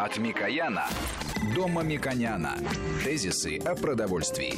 От Микояна до Мамиконяна. Тезисы о продовольствии.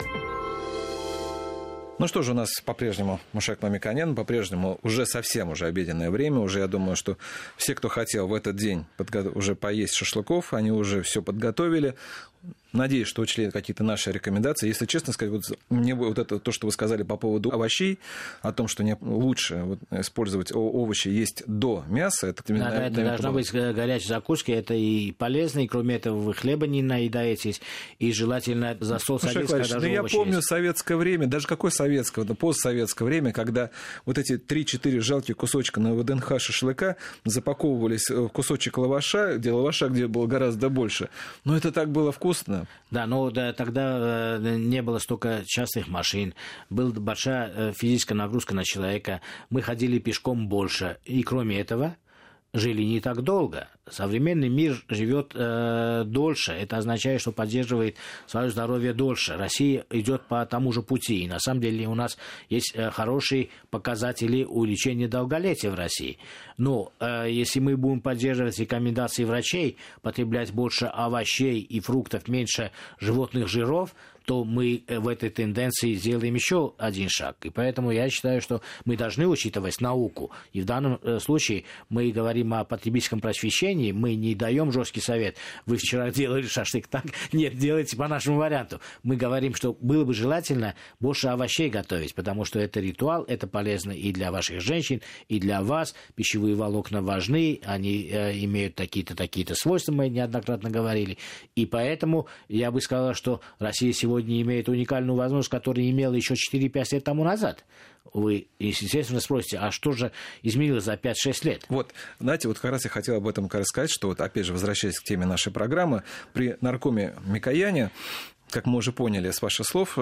Ну что же, у нас по-прежнему Мушек Мамиконян, по-прежнему уже совсем уже обеденное время. Уже, я думаю, что все, кто хотел в этот день уже поесть шашлыков, они уже все подготовили. Надеюсь, что учли какие-то наши рекомендации. Если честно сказать, мне вот это то, что вы сказали по поводу овощей, о том, что лучше использовать овощи есть до мяса. Это должна быть горячая закуска, это и полезно, и кроме этого вы хлеба не наедаетесь, и желательно за стол садиться, когда же я овощи помню есть. советское время, даже какое советское, постсоветское время, когда вот эти 3-4 жалкие кусочка на ВДНХ шашлыка запаковывались в кусочек лаваша, где было гораздо больше. Но это так было вкусно. Да, но тогда не было столько частных машин, была большая физическая нагрузка на человека, мы ходили пешком больше, и кроме этого жили не так долго. Современный мир живет дольше. Это означает, что поддерживает свое здоровье дольше. Россия идет по тому же пути. И на самом деле у нас есть хорошие показатели увеличения долголетия в России. Но если мы будем поддерживать рекомендации врачей, потреблять больше овощей и фруктов, меньше животных жиров, то мы в этой тенденции сделаем еще один шаг. И поэтому я считаю, что мы должны учитывать науку. И в данном случае мы говорим о потребительском просвещении, мы не даем жесткий совет. Вы вчера делали шашлык так, нет, делайте по нашему варианту. Мы говорим, что было бы желательно больше овощей готовить, потому что это ритуал, это полезно и для ваших женщин, и для вас. Пищевые волокна важны, они имеют такие-то свойства, мы неоднократно говорили. И поэтому я бы сказал, что Россия сегодня имеет уникальную возможность, которую имела еще 4-5 лет тому назад. Вы, естественно, спросите, а что же изменилось за 5-6 лет? Вот, знаете, как раз я хотел об этом сказать, что опять же, возвращаясь к теме нашей программы, при наркоме Микояне, как мы уже поняли с ваших слов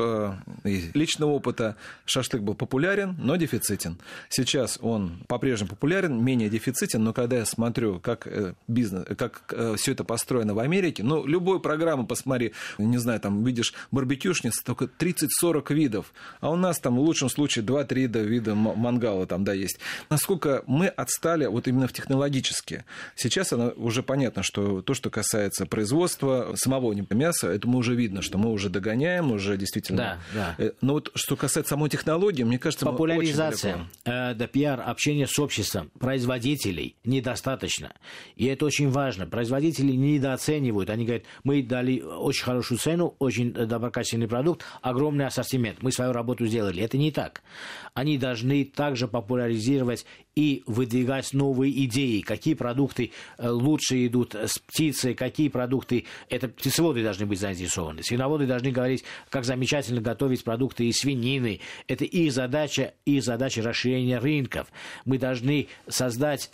и личного опыта, шашлык был популярен, но дефицитен. Сейчас он по-прежнему популярен, менее дефицитен, но когда я смотрю, как бизнес, как все это построено в Америке, любую программу посмотри, не знаю, там видишь барбекюшниц, только 30-40 видов, а у нас там в лучшем случае 2-3 вида мангала там, да, есть. Насколько мы отстали вот именно в технологически. Сейчас уже понятно, что то, что касается производства самого мяса, это мы уже видно, что мы уже догоняем, уже действительно. Да. Но вот что касается самой технологии, мне кажется, популяризация, пиар, общение с обществом, производителей недостаточно. И это очень важно. Производители недооценивают. Они говорят, мы дали очень хорошую цену, очень доброкачественный продукт, огромный ассортимент. Мы свою работу сделали. Это не так. Они должны также популяризировать и выдвигать новые идеи, какие продукты лучше идут с птицей, какие продукты, это птицеводы должны быть заинтересованы, свиноводы должны говорить, как замечательно готовить продукты из свинины, это их задача расширения рынков. Мы должны создать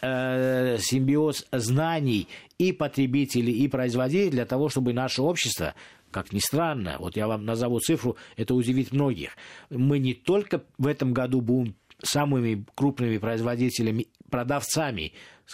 симбиоз знаний и потребителей, и производителей для того, чтобы наше общество, как ни странно, вот я вам назову цифру, это удивит многих, мы не только в этом году будем самыми крупными производителями, продавцами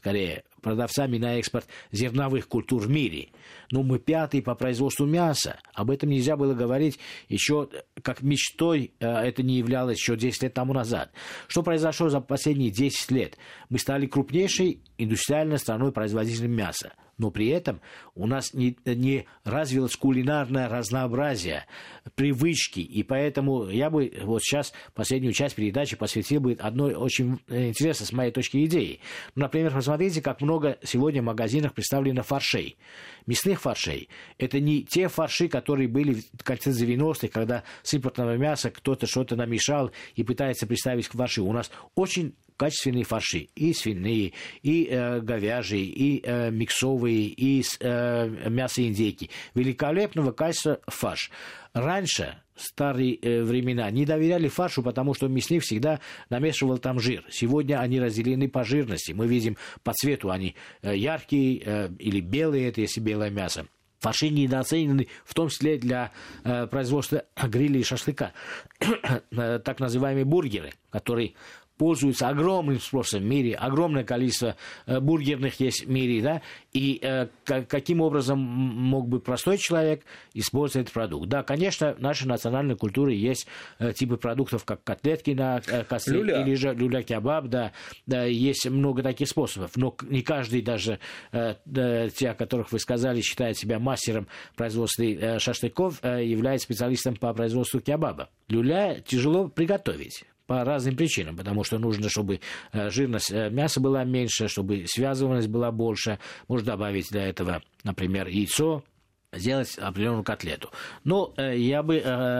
на экспорт зерновых культур в мире. Но мы 5-й по производству мяса. Об этом нельзя было говорить еще как мечтой, это не являлось еще 10 лет тому назад. Что произошло за последние 10 лет? Мы стали крупнейшей индустриальной страной-производителем мяса. Но при этом у нас не развилось кулинарное разнообразие, привычки. И поэтому я бы вот сейчас последнюю часть передачи посвятил бы одной очень интересной, с моей точки идеи. Например, посмотрите, как много сегодня в магазинах представлено фаршей. Мясных фаршей. Это не те фарши, которые были в конце 90-х, когда с импортного мяса кто-то что-то намешал и пытается представить фарши. У нас очень качественные фарши, и свиные, и говяжьи, и миксовые, и мясо индейки. Великолепного качества фарш. Раньше, в старые времена, не доверяли фаршу, потому что мясник всегда намешивал там жир. Сегодня они разделены по жирности. Мы видим по цвету, они яркие или белые, это если белое мясо. Фарши недооценены, в том числе для производства гриля и шашлыка. Так называемые бургеры, которые пользуются огромным спросом в мире, огромное количество бургерных есть в мире, да, и каким образом мог бы простой человек использовать этот продукт. Да, конечно, в нашей национальной культуре есть типы продуктов, как котлетки на костре, или же люля-кебаб, да, есть много таких способов, но не каждый, даже те, о которых вы сказали, считает себя мастером производства шашлыков, является специалистом по производству кебаба. Люля тяжело приготовить по разным причинам, потому что нужно, чтобы жирность мяса была меньше, чтобы связываемость была больше. Можно добавить для этого, например, яйцо, сделать определенную котлету. Но я бы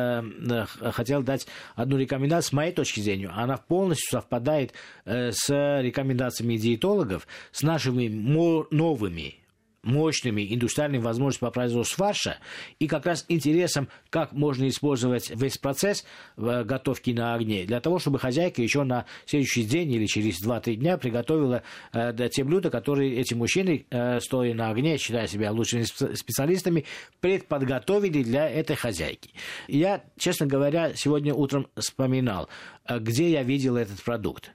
хотел дать одну рекомендацию, с моей точки зрения. Она полностью совпадает с рекомендациями диетологов, с нашими новыми мощными индустриальными возможностями по производству фарша и как раз интересом, как можно использовать весь процесс готовки на огне, для того, чтобы хозяйка еще на следующий день или через 2-3 дня приготовила те блюда, которые эти мужчины, стоя на огне, считая себя лучшими специалистами, предподготовили для этой хозяйки. Я, честно говоря, сегодня утром вспоминал, где я видел этот продукт.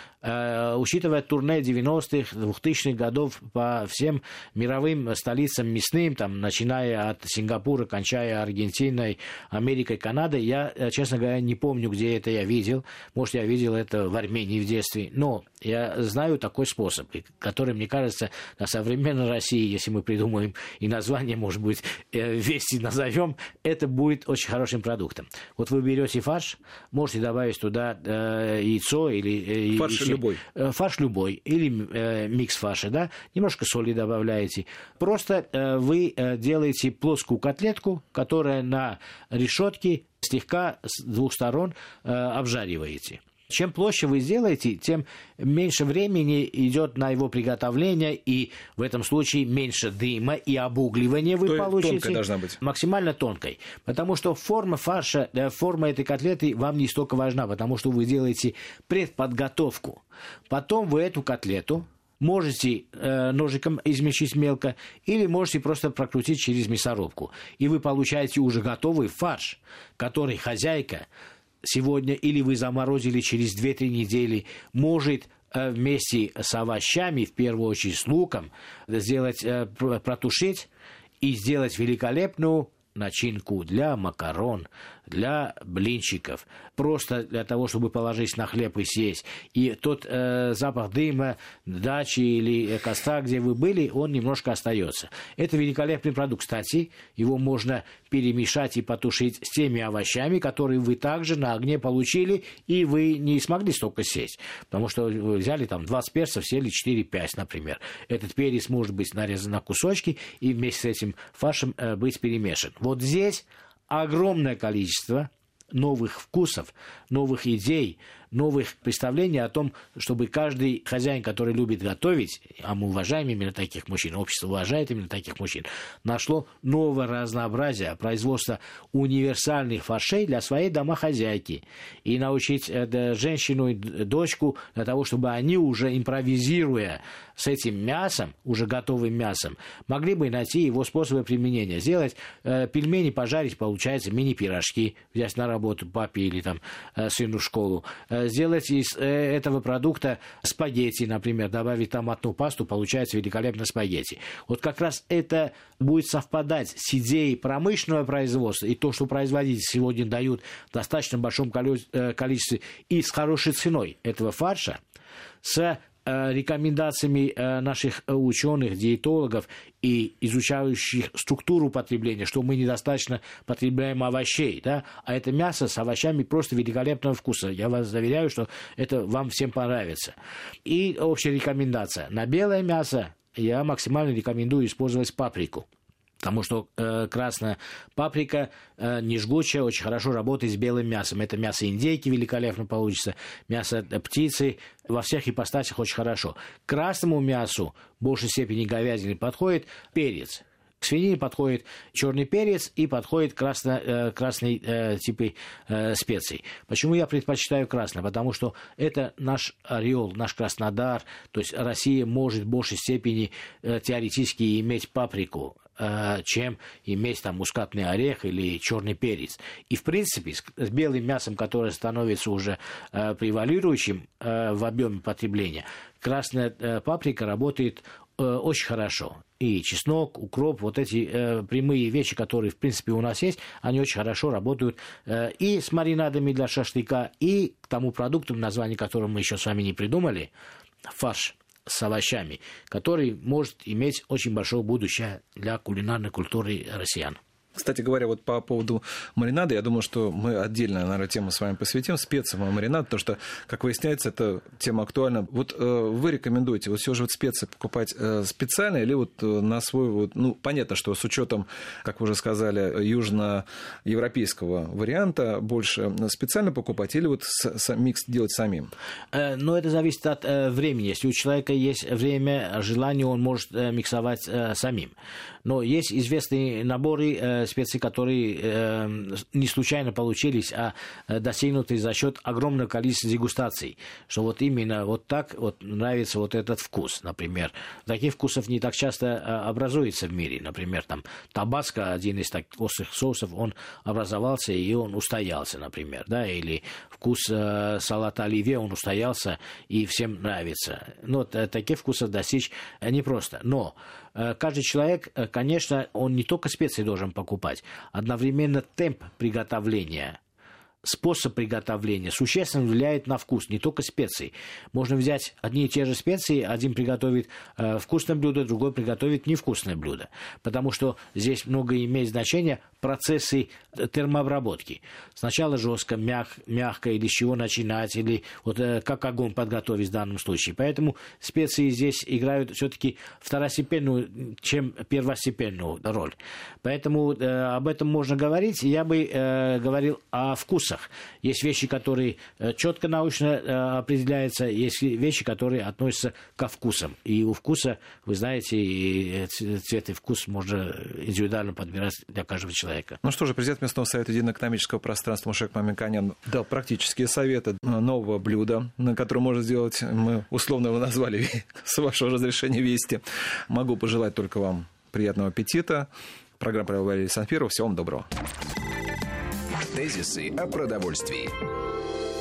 Учитывая турне 90-х, 2000-х годов по всем мировым столицам мясным, там, начиная от Сингапура, кончая Аргентиной, Америкой, Канадой, я, честно говоря, не помню, где это я видел. Может, я видел это в Армении в детстве. Но я знаю такой способ, который, мне кажется, на современной России, если мы придумаем и название, может быть, вместе назовем, это будет очень хорошим продуктом. Вот вы берете фарш, можете добавить туда яйцо или... Фарш любой. Фарш любой или микс фарша, да, немножко соли добавляете. Просто вы делаете плоскую котлетку, которая на решетке слегка с двух сторон обжариваете. Чем проще вы сделаете, тем меньше времени идет на его приготовление, и в этом случае меньше дыма и обугливания вы получите. Тонкой должна быть. Максимально тонкой. Потому что форма фарша, форма этой котлеты вам не столько важна, потому что вы делаете предподготовку. Потом вы эту котлету можете ножиком измельчить мелко, или можете просто прокрутить через мясорубку. И вы получаете уже готовый фарш, который хозяйка сегодня, или вы заморозили через 2-3 недели, может вместе с овощами, в первую очередь с луком, сделать, протушить и сделать великолепную начинку для макарон, для блинчиков, просто для того, чтобы положить на хлеб и съесть. И тот запах дыма дачи или костра, где вы были, он немножко остается. Это великолепный продукт. Кстати, его можно перемешать и потушить с теми овощами, которые вы также на огне получили, и вы не смогли столько съесть. Потому что вы взяли там 20 перцев, съели 4-5, например. Этот перец может быть нарезан на кусочки и вместе с этим фаршем быть перемешан. Вот здесь огромное количество новых вкусов, новых идей, новых представлений о том, чтобы каждый хозяин, который любит готовить, а мы уважаем именно таких мужчин, общество уважает именно таких мужчин, нашло новое разнообразие производства универсальных фаршей для своей домохозяйки. И научить женщину и дочку для того, чтобы они уже импровизируя с этим мясом, уже готовым мясом, могли бы найти его способы применения. Сделать пельмени, пожарить, получается, мини-пирожки, взять на работу папе или там сыну в школу, сделать из этого продукта спагетти, например, добавить томатную пасту, получается великолепно спагетти. Вот как раз это будет совпадать с идеей промышленного производства и то, что производители сегодня дают в достаточно большом количестве и с хорошей ценой этого фарша, с рекомендациями наших ученых, диетологов и изучающих структуру потребления, что мы недостаточно потребляем овощей, да? А это мясо с овощами просто великолепного вкуса. Я вас заверяю, что это вам всем понравится. И общая рекомендация. На белое мясо я максимально рекомендую использовать паприку. Потому что красная паприка не жгучая, очень хорошо работает с белым мясом. Это мясо индейки великолепно получится, мясо птицы во всех ипостасях очень хорошо. К красному мясу в большей степени говядины подходит перец. К свинине подходит черный перец и подходит красный типы специй. Почему я предпочитаю красный? Потому что это наш Орел, наш Краснодар. То есть Россия может в большей степени теоретически иметь паприку, чем иметь там мускатный орех или черный перец. И, в принципе, с белым мясом, которое становится уже превалирующим в объеме потребления, красная паприка работает очень хорошо. И чеснок, укроп, вот эти прямые вещи, которые, в принципе, у нас есть, они очень хорошо работают и с маринадами для шашлыка, и к тому продукту, название которого мы еще с вами не придумали, фарш с овощами, который может иметь очень большое будущее для кулинарной культуры россиян. Кстати говоря, вот по поводу маринада, я думаю, что мы отдельно, наверное, тему с вами посвятим, специям и маринад, потому что, как выясняется, эта тема актуальна. Вот вы рекомендуете вот все же вот специи покупать специально или вот на свой, вот, ну, понятно, что с учетом, как вы уже сказали, южноевропейского варианта больше специально покупать или вот микс делать самим? Но это зависит от времени. Если у человека есть время, желание, он может миксовать самим. Но есть известные наборы специй, которые не случайно получились, а достигнуты за счет огромного количества дегустаций. Что вот именно вот так вот нравится вот этот вкус, например. Таких вкусов не так часто образуется в мире. Например, там табаско, один из таких острых соусов, он образовался и он устоялся, например. Да? Или вкус салата оливье, он устоялся и всем нравится. Но таких вкусов достичь непросто. Но каждый человек, конечно, он не только специи должен покупать, одновременно темп приготовления, способ приготовления существенно влияет на вкус, не только специи. Можно взять одни и те же специи, один приготовит вкусное блюдо, другой приготовит невкусное блюдо. Потому что здесь много имеет значения процессы термообработки. Сначала жестко, мягко, или с чего начинать, или вот как огонь подготовить в данном случае. Поэтому специи здесь играют все-таки второстепенную, чем первостепенную роль. Поэтому об этом можно говорить. Я бы говорил о вкусах. Есть вещи, которые четко научно определяются, есть вещи, которые относятся ко вкусам. И у вкуса, вы знаете, цвет и вкус можно индивидуально подбирать для каждого человека. Ну что же, президент Местного совета единоэкономического пространства Мушек Мамиканян дал практические советы нового блюда, на которое можно сделать, мы условно его назвали, с вашего разрешения, вести. Могу пожелать только вам приятного аппетита. Программа провел Валерий Санфиров. Всего вам доброго. Тезисы о продовольствии.